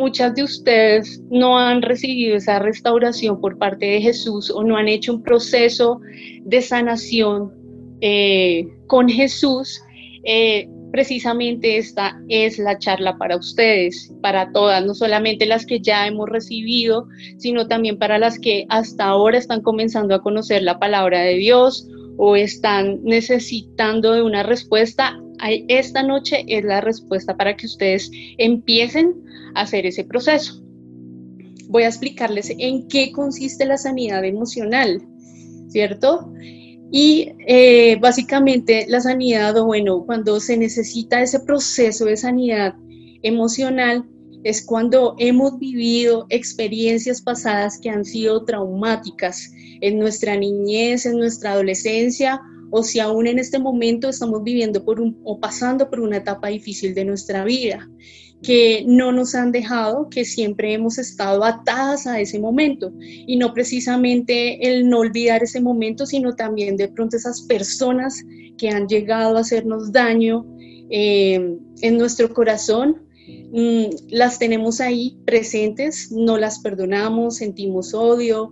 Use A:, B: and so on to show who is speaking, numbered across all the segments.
A: muchas de ustedes no han recibido esa restauración por parte de Jesús o no han hecho un proceso de sanación con Jesús, precisamente esta es la charla para ustedes, para todas, no solamente las que ya hemos recibido, sino también para las que hasta ahora están comenzando a conocer la palabra de Dios o están necesitando de una respuesta. Esta noche es la respuesta para que ustedes empiecen a hacer ese proceso. Voy a explicarles en qué consiste la sanidad emocional, ¿cierto? Y básicamente la sanidad, o bueno, cuando se necesita ese proceso de sanidad emocional, es cuando hemos vivido experiencias pasadas que han sido traumáticas en nuestra niñez, en nuestra adolescencia, o si aún en este momento estamos viviendo o pasando por una etapa difícil de nuestra vida, que no nos han dejado, que siempre hemos estado atadas a ese momento, y no precisamente el no olvidar ese momento, sino también de pronto esas personas que han llegado a hacernos daño en nuestro corazón, las tenemos ahí presentes, no las perdonamos, sentimos odio,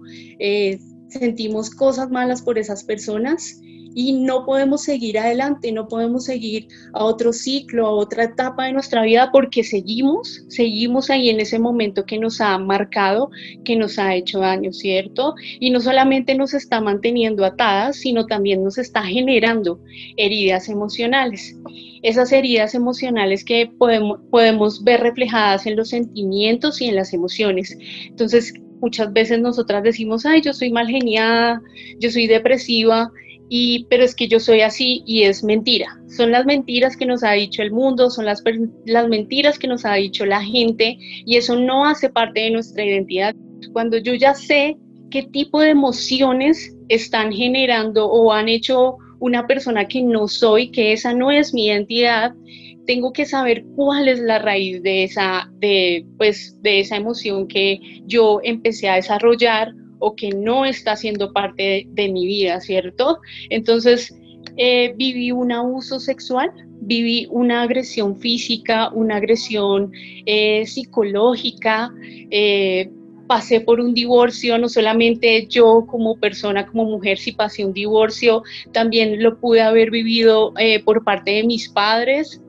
A: sentimos cosas malas por esas personas, y no podemos seguir adelante, no podemos seguir a otro ciclo, a otra etapa de nuestra vida, porque seguimos ahí en ese momento que nos ha marcado, que nos ha hecho daño, ¿cierto? Y no solamente nos está manteniendo atadas, sino también nos está generando heridas emocionales. Esas heridas emocionales que podemos ver reflejadas en los sentimientos y en las emociones. Entonces, muchas veces nosotras decimos, ay, yo soy mal geniada, yo soy depresiva, pero es que yo soy así, y es mentira. Son las mentiras que nos ha dicho el mundo, son las mentiras que nos ha dicho la gente, y eso no hace parte de nuestra identidad. Cuando yo ya sé qué tipo de emociones están generando o han hecho una persona que no soy, que esa no es mi identidad, tengo que saber cuál es la raíz de esa emoción que yo empecé a desarrollar o que no está siendo parte de mi vida, ¿cierto? Entonces, viví un abuso sexual, viví una agresión física, una agresión psicológica, pasé por un divorcio, no solamente yo como persona, como mujer, si pasé un divorcio, también lo pude haber vivido por parte de mis padres.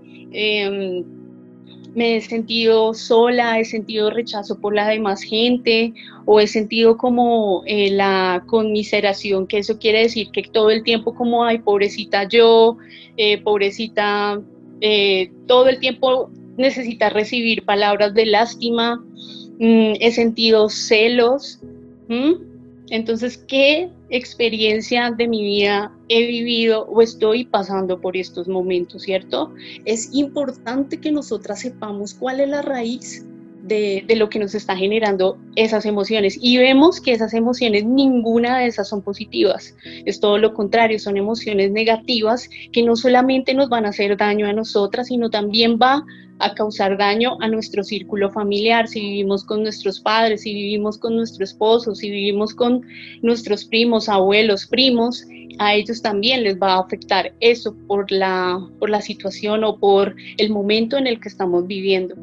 A: Me he sentido sola, he sentido rechazo por la demás gente, o he sentido como la conmiseración, que eso quiere decir que todo el tiempo como, ay, pobrecita yo, pobrecita, todo el tiempo necesita recibir palabras de lástima. He sentido celos. Entonces, ¿qué experiencia de mi vida he vivido o estoy pasando por estos momentos, cierto? Es importante que nosotras sepamos cuál es la raíz de lo que nos está generando esas emociones, y vemos que esas emociones, ninguna de esas son positivas, es todo lo contrario, son emociones negativas que no solamente nos van a hacer daño a nosotras, sino también va a causar daño a nuestro círculo familiar, si vivimos con nuestros padres, si vivimos con nuestro esposo, si vivimos con nuestros primos, abuelos, primos, a ellos también les va a afectar eso por la situación o por el momento en el que estamos viviendo.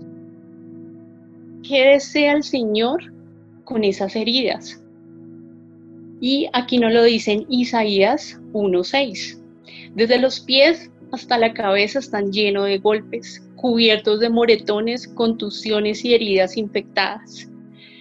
A: ¿Qué desea el Señor con esas heridas? Y aquí nos lo dice en Isaías 1:6. Desde los pies hasta la cabeza están llenos de golpes, cubiertos de moretones, contusiones y heridas infectadas,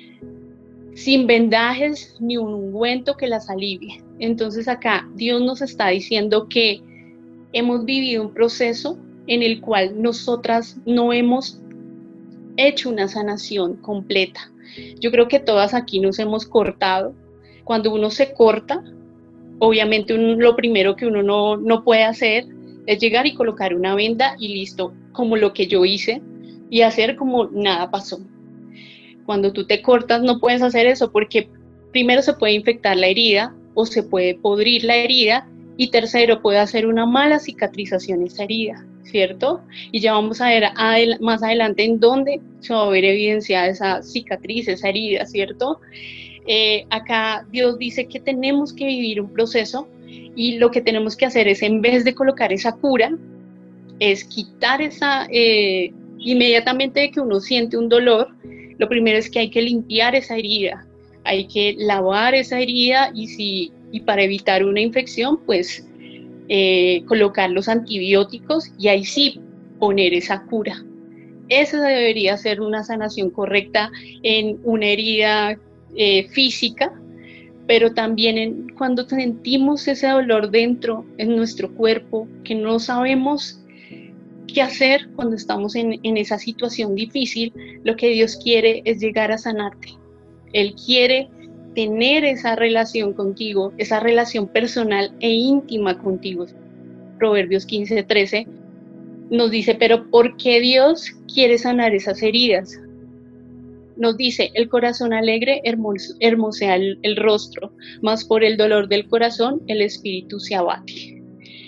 A: sin vendajes ni un ungüento que las alivie. Entonces acá Dios nos está diciendo que hemos vivido un proceso en el cual nosotras no hemos hecho una sanación completa. Yo creo que todas aquí nos hemos cortado. Cuando uno se corta, obviamente lo primero que uno no puede hacer es llegar y colocar una venda y listo, como lo que yo hice, y hacer como nada pasó. Cuando tú te cortas no puedes hacer eso, porque primero se puede infectar la herida o se puede podrir la herida, y tercero, puede hacer una mala cicatrización esa herida, ¿cierto? Y ya vamos a ver más adelante en dónde se va a ver evidenciada esa cicatriz, esa herida, ¿cierto? Acá Dios dice que tenemos que vivir un proceso, y lo que tenemos que hacer es, en vez de colocar esa cura, es quitar esa, inmediatamente que uno siente un dolor, Lo primero es que hay que limpiar esa herida, hay que lavar esa herida y para evitar una infección, pues colocar los antibióticos y ahí sí poner esa cura. Esa debería ser una sanación correcta en una herida física, pero también cuando sentimos ese dolor dentro en nuestro cuerpo, que no sabemos qué hacer cuando estamos en esa situación difícil, lo que Dios quiere es llegar a sanarte. Él quiere tener esa relación contigo, esa relación personal e íntima contigo. Proverbios 15:13 nos dice, pero ¿por qué Dios quiere sanar esas heridas? Nos dice, el corazón alegre hermosea el rostro, mas por el dolor del corazón el espíritu se abate.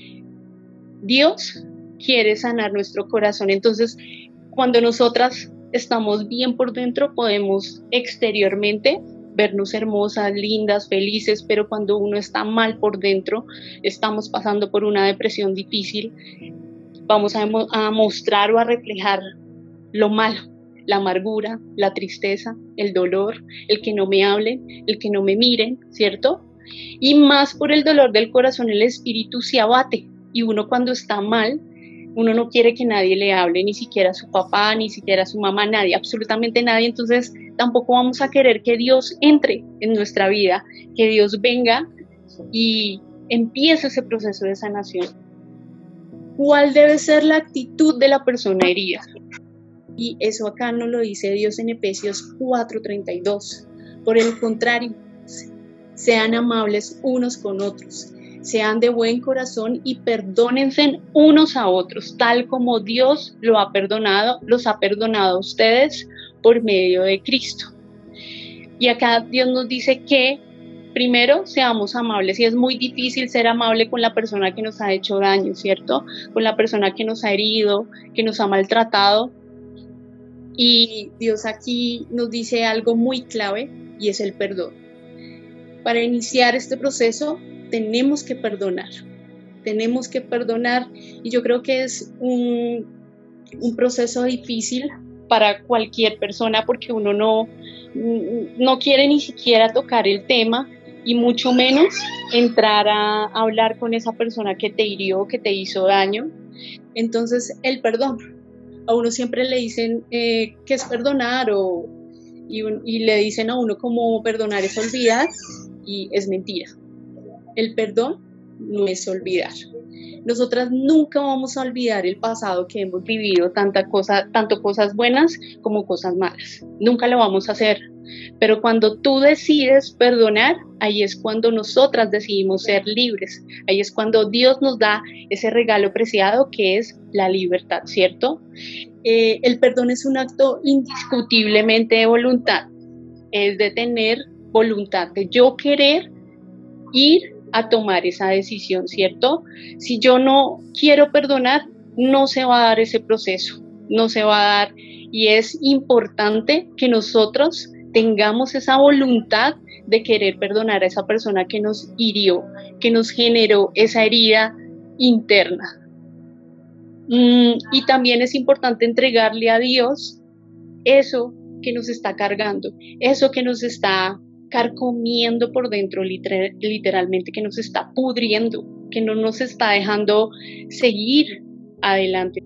A: Dios quiere sanar nuestro corazón, entonces cuando nosotras estamos bien por dentro, podemos exteriormente vernos hermosas, lindas, felices, pero cuando uno está mal por dentro, estamos pasando por una depresión difícil, vamos a mostrar o a reflejar lo malo, la amargura, la tristeza, el dolor, el que no me hablen, el que no me miren, ¿cierto? Y más por el dolor del corazón, el espíritu se abate, y uno cuando está mal, uno no quiere que nadie le hable, ni siquiera su papá, ni siquiera su mamá, nadie, absolutamente nadie, entonces tampoco vamos a querer que Dios entre en nuestra vida, que Dios venga y empiece ese proceso de sanación. ¿Cuál debe ser la actitud de la persona herida? Y eso acá nos lo dice Dios en Efesios 4:32. Por el contrario, sean amables unos con otros, sean de buen corazón y perdónense unos a otros, tal como Dios los ha perdonado a ustedes por medio de Cristo. Y acá Dios nos dice que primero seamos amables, y es muy difícil ser amable con la persona que nos ha hecho daño, ¿cierto? Con la persona que nos ha herido, que nos ha maltratado. Y Dios aquí nos dice algo muy clave y es el perdón. Para iniciar este proceso tenemos que perdonar y yo creo que es un proceso difícil para cualquier persona porque uno no quiere ni siquiera tocar el tema y mucho menos entrar a hablar con esa persona que te hirió, que te hizo daño. Entonces el perdón, a uno siempre le dicen ¿qué es perdonar? Y le dicen a uno como perdonar es olvidar, y es mentira. El perdón no es olvidar. Nosotras nunca vamos a olvidar el pasado que hemos vivido, tanto cosas buenas como cosas malas. Nunca lo vamos a hacer. Pero cuando tú decides perdonar, ahí es cuando nosotras decidimos ser libres. Ahí es cuando Dios nos da ese regalo preciado que es la libertad, ¿cierto? El perdón es un acto indiscutiblemente de voluntad. Es de tener voluntad, de yo querer ir a tomar esa decisión, ¿cierto? Si yo no quiero perdonar, no se va a dar ese proceso, no se va a dar, y es importante que nosotros tengamos esa voluntad de querer perdonar a esa persona que nos hirió, que nos generó esa herida interna. Y también es importante entregarle a Dios eso que nos está cargando, eso que nos está carcomiendo por dentro, literalmente, que nos está pudriendo, que no nos está dejando seguir adelante.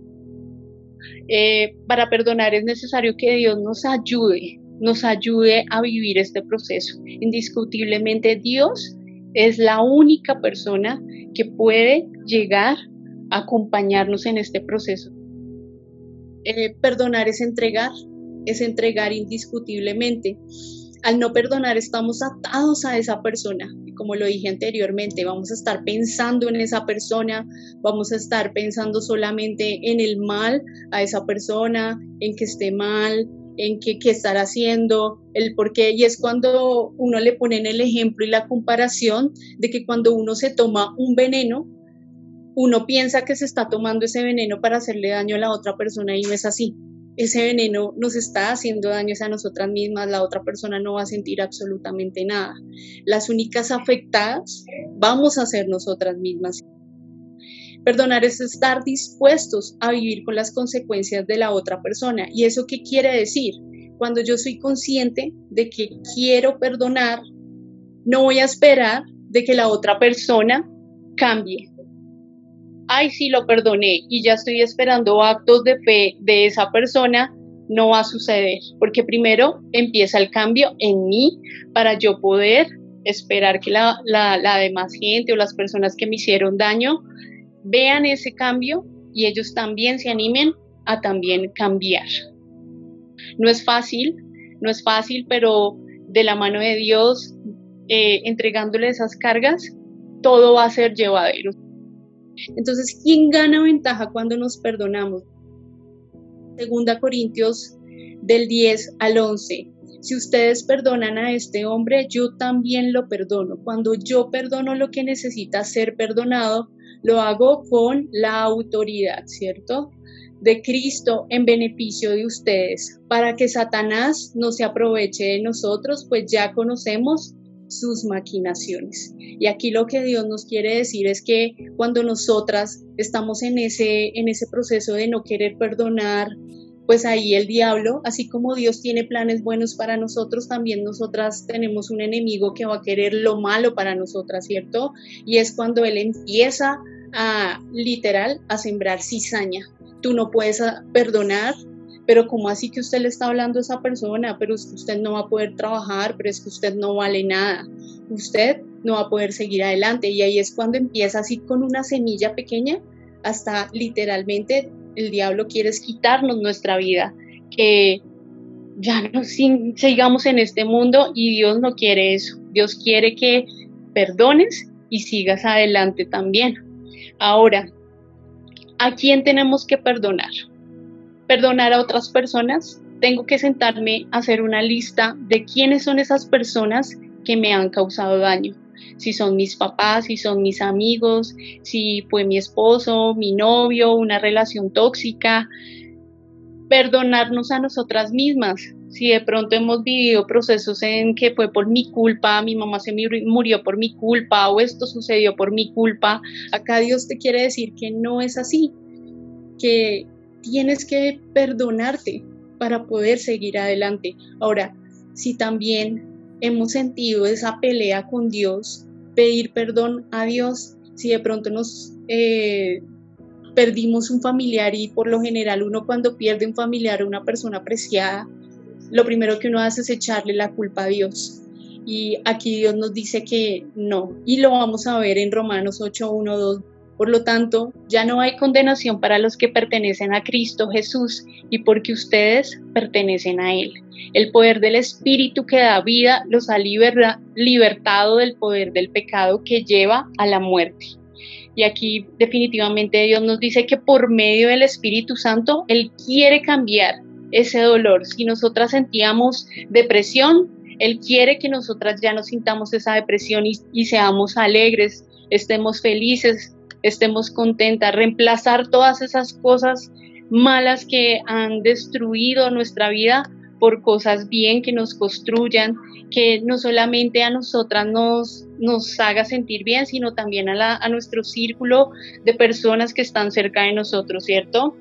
A: Para perdonar es necesario que Dios nos ayude a vivir este proceso. Indiscutiblemente Dios es la única persona que puede llegar a acompañarnos en este proceso. Perdonar es entregar indiscutiblemente. Al no perdonar estamos atados a esa persona, como lo dije anteriormente, vamos a estar pensando en esa persona, vamos a estar pensando solamente en el mal a esa persona, en que esté mal, en qué estar haciendo, el por qué, y es cuando uno le pone en el ejemplo y la comparación de que cuando uno se toma un veneno, uno piensa que se está tomando ese veneno para hacerle daño a la otra persona y no es así. Ese veneno nos está haciendo daño a nosotras mismas, la otra persona no va a sentir absolutamente nada. Las únicas afectadas vamos a ser nosotras mismas. Perdonar es estar dispuestos a vivir con las consecuencias de la otra persona. ¿Y eso qué quiere decir? Cuando yo soy consciente de que quiero perdonar, no voy a esperar de que la otra persona cambie. Ay, sí, lo perdoné y ya estoy esperando actos de fe de esa persona, no va a suceder, porque primero empieza el cambio en mí para yo poder esperar que la demás gente o las personas que me hicieron daño vean ese cambio y ellos también se animen a también cambiar. No es fácil, pero de la mano de Dios, entregándole esas cargas, todo va a ser llevadero. Entonces, ¿quién gana ventaja cuando nos perdonamos? 2 Corintios del 10 al 11. Si ustedes perdonan a este hombre, yo también lo perdono. Cuando yo perdono lo que necesita ser perdonado, lo hago con la autoridad, ¿cierto?, de Cristo en beneficio de ustedes, para que Satanás no se aproveche de nosotros, pues ya conocemos sus maquinaciones. Y aquí lo que Dios nos quiere decir es que cuando nosotras estamos en ese proceso de no querer perdonar, pues ahí el diablo, así como Dios tiene planes buenos para nosotros, también nosotras tenemos un enemigo que va a querer lo malo para nosotras, ¿cierto? Y es cuando él empieza a, literal, a sembrar cizaña. Tú no puedes perdonar, pero ¿cómo así que usted le está hablando a esa persona? Pero es que usted no va a poder trabajar, pero es que usted no vale nada, usted no va a poder seguir adelante. Y ahí es cuando empieza así con una semilla pequeña, hasta literalmente el diablo quiere quitarnos nuestra vida, que ya no sigamos en este mundo, y Dios no quiere eso. Dios quiere que perdones y sigas adelante también. Ahora, ¿a quién tenemos que perdonar? ¿Perdonar a otras personas? Tengo que sentarme a hacer una lista de quiénes son esas personas que me han causado daño. Si son mis papás, si son mis amigos, si fue mi esposo, mi novio, una relación tóxica. Perdonarnos a nosotras mismas. Si de pronto hemos vivido procesos en que fue por mi culpa, mi mamá se murió por mi culpa o esto sucedió por mi culpa, acá Dios te quiere decir que no es así, que tienes que perdonarte para poder seguir adelante. Ahora, si también hemos sentido esa pelea con Dios, pedir perdón a Dios, si de pronto nos perdimos un familiar, y por lo general uno cuando pierde un familiar o una persona apreciada, lo primero que uno hace es echarle la culpa a Dios. Y aquí Dios nos dice que no, y lo vamos a ver en Romanos 8, 1, 2. Por lo tanto, ya no hay condenación para los que pertenecen a Cristo Jesús, y porque ustedes pertenecen a Él. El poder del Espíritu que da vida los ha libertado del poder del pecado que lleva a la muerte. Y aquí definitivamente Dios nos dice que por medio del Espíritu Santo, Él quiere cambiar ese dolor. Si nosotras sentíamos depresión, Él quiere que nosotras ya no sintamos esa depresión y seamos alegres, estemos felices, estemos contentas, reemplazar todas esas cosas malas que han destruido nuestra vida por cosas bien que nos construyan, que no solamente a nosotras nos haga sentir bien, sino también a nuestro círculo de personas que están cerca de nosotros, ¿cierto?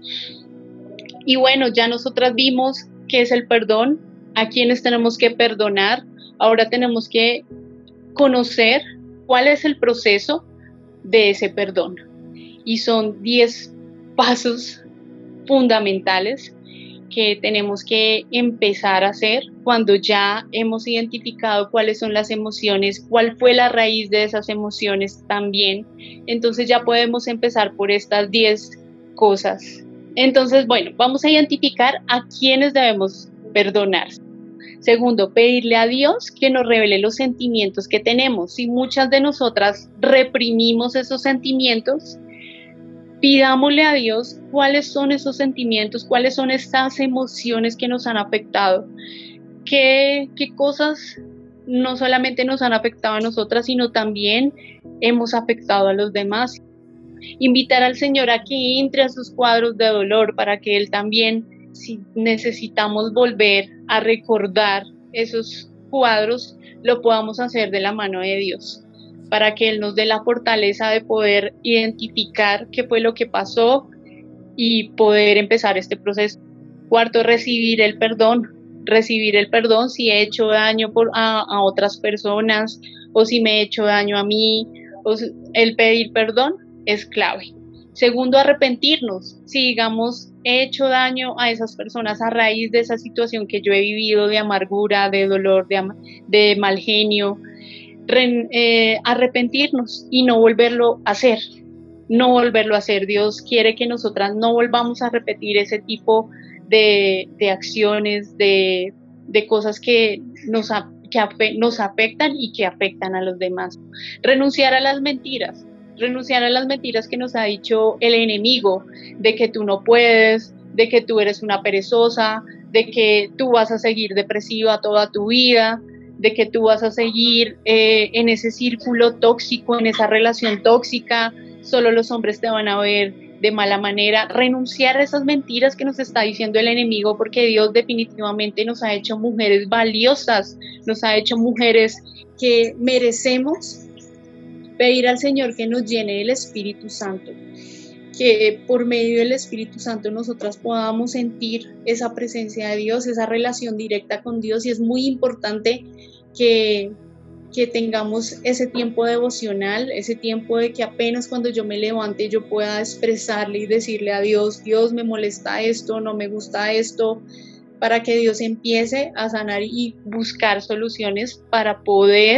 A: Y bueno, ya nosotras vimos qué es el perdón, a quiénes tenemos que perdonar. Ahora tenemos que conocer cuál es el proceso de ese perdón. Y son 10 pasos fundamentales que tenemos que empezar a hacer cuando ya hemos identificado cuáles son las emociones, cuál fue la raíz de esas emociones también. Entonces ya podemos empezar por estas 10 cosas. Entonces, bueno, vamos a identificar a quiénes debemos perdonar. Segundo, pedirle a Dios que nos revele los sentimientos que tenemos. Si muchas de nosotras reprimimos esos sentimientos, pidámosle a Dios cuáles son esos sentimientos, cuáles son estas emociones que nos han afectado, qué cosas no solamente nos han afectado a nosotras, sino también hemos afectado a los demás. Invitar al Señor a que entre a sus cuadros de dolor para que Él también, si necesitamos volver a recordar esos cuadros, lo podamos hacer de la mano de Dios, para que Él nos dé la fortaleza de poder identificar qué fue lo que pasó y poder empezar este proceso. Cuarto, recibir el perdón. recibir el perdón si he hecho daño a otras personas o si me he hecho daño a mí. El pedir perdón es clave. Segundo, arrepentirnos. Si, digamos, he hecho daño a esas personas a raíz de esa situación que yo he vivido de amargura, de dolor, de mal genio, arrepentirnos y no volverlo a hacer. No volverlo a hacer. Dios quiere que nosotras no volvamos a repetir ese tipo de acciones, de cosas que nos afectan y que afectan a los demás. Renunciar a las mentiras que nos ha dicho el enemigo, de que tú no puedes, de que tú eres una perezosa, de que tú vas a seguir depresiva toda tu vida, de que tú vas a seguir en ese círculo tóxico, en esa relación tóxica, solo los hombres te van a ver de mala manera. Renunciar a esas mentiras que nos está diciendo el enemigo, porque Dios definitivamente nos ha hecho mujeres valiosas, nos ha hecho mujeres que merecemos pedir al Señor que nos llene del Espíritu Santo, que por medio del Espíritu Santo nosotras podamos sentir esa presencia de Dios, esa relación directa con Dios, y es muy importante que tengamos ese tiempo devocional, ese tiempo de que apenas cuando yo me levante yo pueda expresarle y decirle a Dios, Dios, me molesta esto, no me gusta esto, para que Dios empiece a sanar y buscar soluciones para poder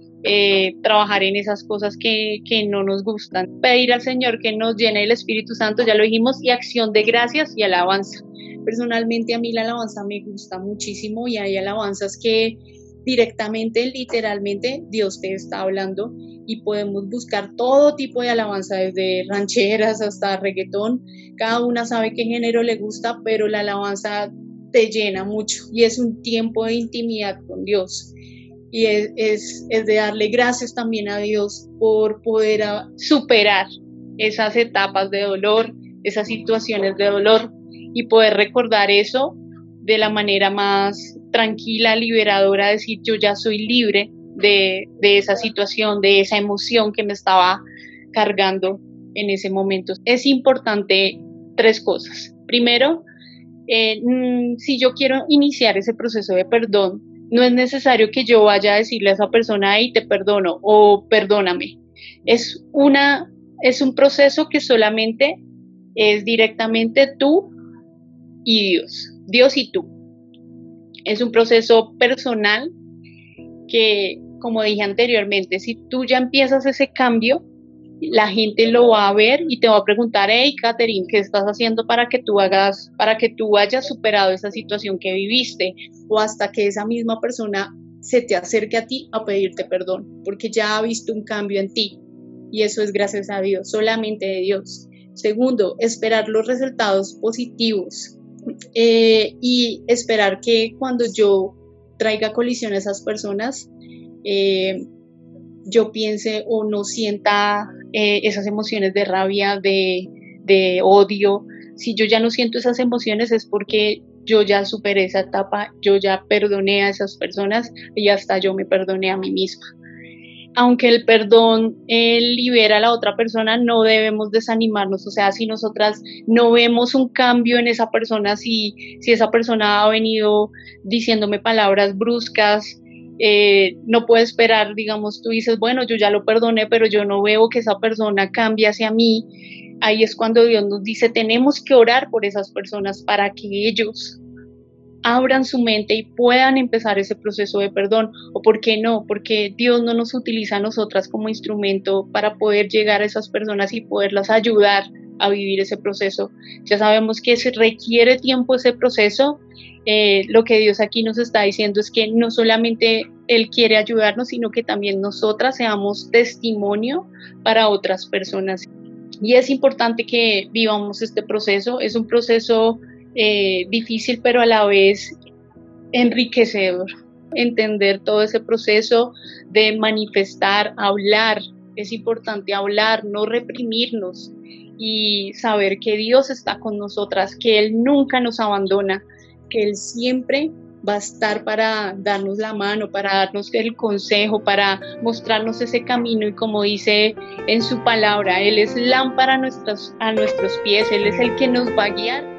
A: trabajar en esas cosas que no nos gustan. Pedir al Señor que nos llene el Espíritu Santo, ya lo dijimos, y acción de gracias y alabanza. Personalmente a mí la alabanza me gusta muchísimo, y hay alabanzas que directamente, literalmente, Dios te está hablando, y podemos buscar todo tipo de alabanza, desde rancheras hasta reggaetón. Cada una sabe qué género le gusta, pero la alabanza te llena mucho y es un tiempo de intimidad con Dios. Y es de darle gracias también a Dios por poder superar esas etapas de dolor, esas situaciones de dolor, y poder recordar eso de la manera más tranquila, liberadora, decir yo ya soy libre de esa situación, de esa emoción que me estaba cargando en ese momento. Es importante 3 cosas. Primero, si yo quiero iniciar ese proceso de perdón, no es necesario que yo vaya a decirle a esa persona, hey, te perdono o perdóname. Es un proceso que solamente es directamente tú y Dios y tú. Es un proceso personal que, como dije anteriormente, si tú ya empiezas ese cambio, la gente lo va a ver y te va a preguntar, hey, Katherine, ¿qué estás haciendo para que tú hayas superado esa situación que viviste? O hasta que esa misma persona se te acerque a ti a pedirte perdón, porque ya ha visto un cambio en ti, y eso es gracias a Dios, solamente de Dios. Segundo, esperar los resultados positivos, y esperar que cuando yo traiga colisión a esas personas, yo piense o no sienta esas emociones de rabia, de odio. Si yo ya no siento esas emociones es porque yo ya superé esa etapa, yo ya perdoné a esas personas y hasta yo me perdoné a mí misma. Aunque el perdón libera a la otra persona, no debemos desanimarnos. O sea, si nosotras no vemos un cambio en esa persona, si esa persona ha venido diciéndome palabras bruscas, no puedo esperar, digamos, tú dices, bueno, yo ya lo perdoné, pero yo no veo que esa persona cambie hacia mí. Ahí es cuando Dios nos dice, tenemos que orar por esas personas para que ellos abran su mente y puedan empezar ese proceso de perdón. O por qué no, porque Dios no nos utiliza a nosotras como instrumento para poder llegar a esas personas y poderlas ayudar a vivir ese proceso. Ya sabemos que se requiere tiempo ese proceso. Lo que Dios aquí nos está diciendo es que no solamente Él quiere ayudarnos, sino que también nosotras seamos testimonio para otras personas. Y es importante que vivamos este proceso. Es un proceso difícil, pero a la vez enriquecedor. Entender todo ese proceso de manifestar, hablar. Es importante hablar, no reprimirnos, y saber que Dios está con nosotras, que Él nunca nos abandona, que Él siempre va a estar para darnos la mano, para darnos el consejo, para mostrarnos ese camino, y como dice en su palabra, Él es lámpara a nuestros pies, Él es el que nos va a guiar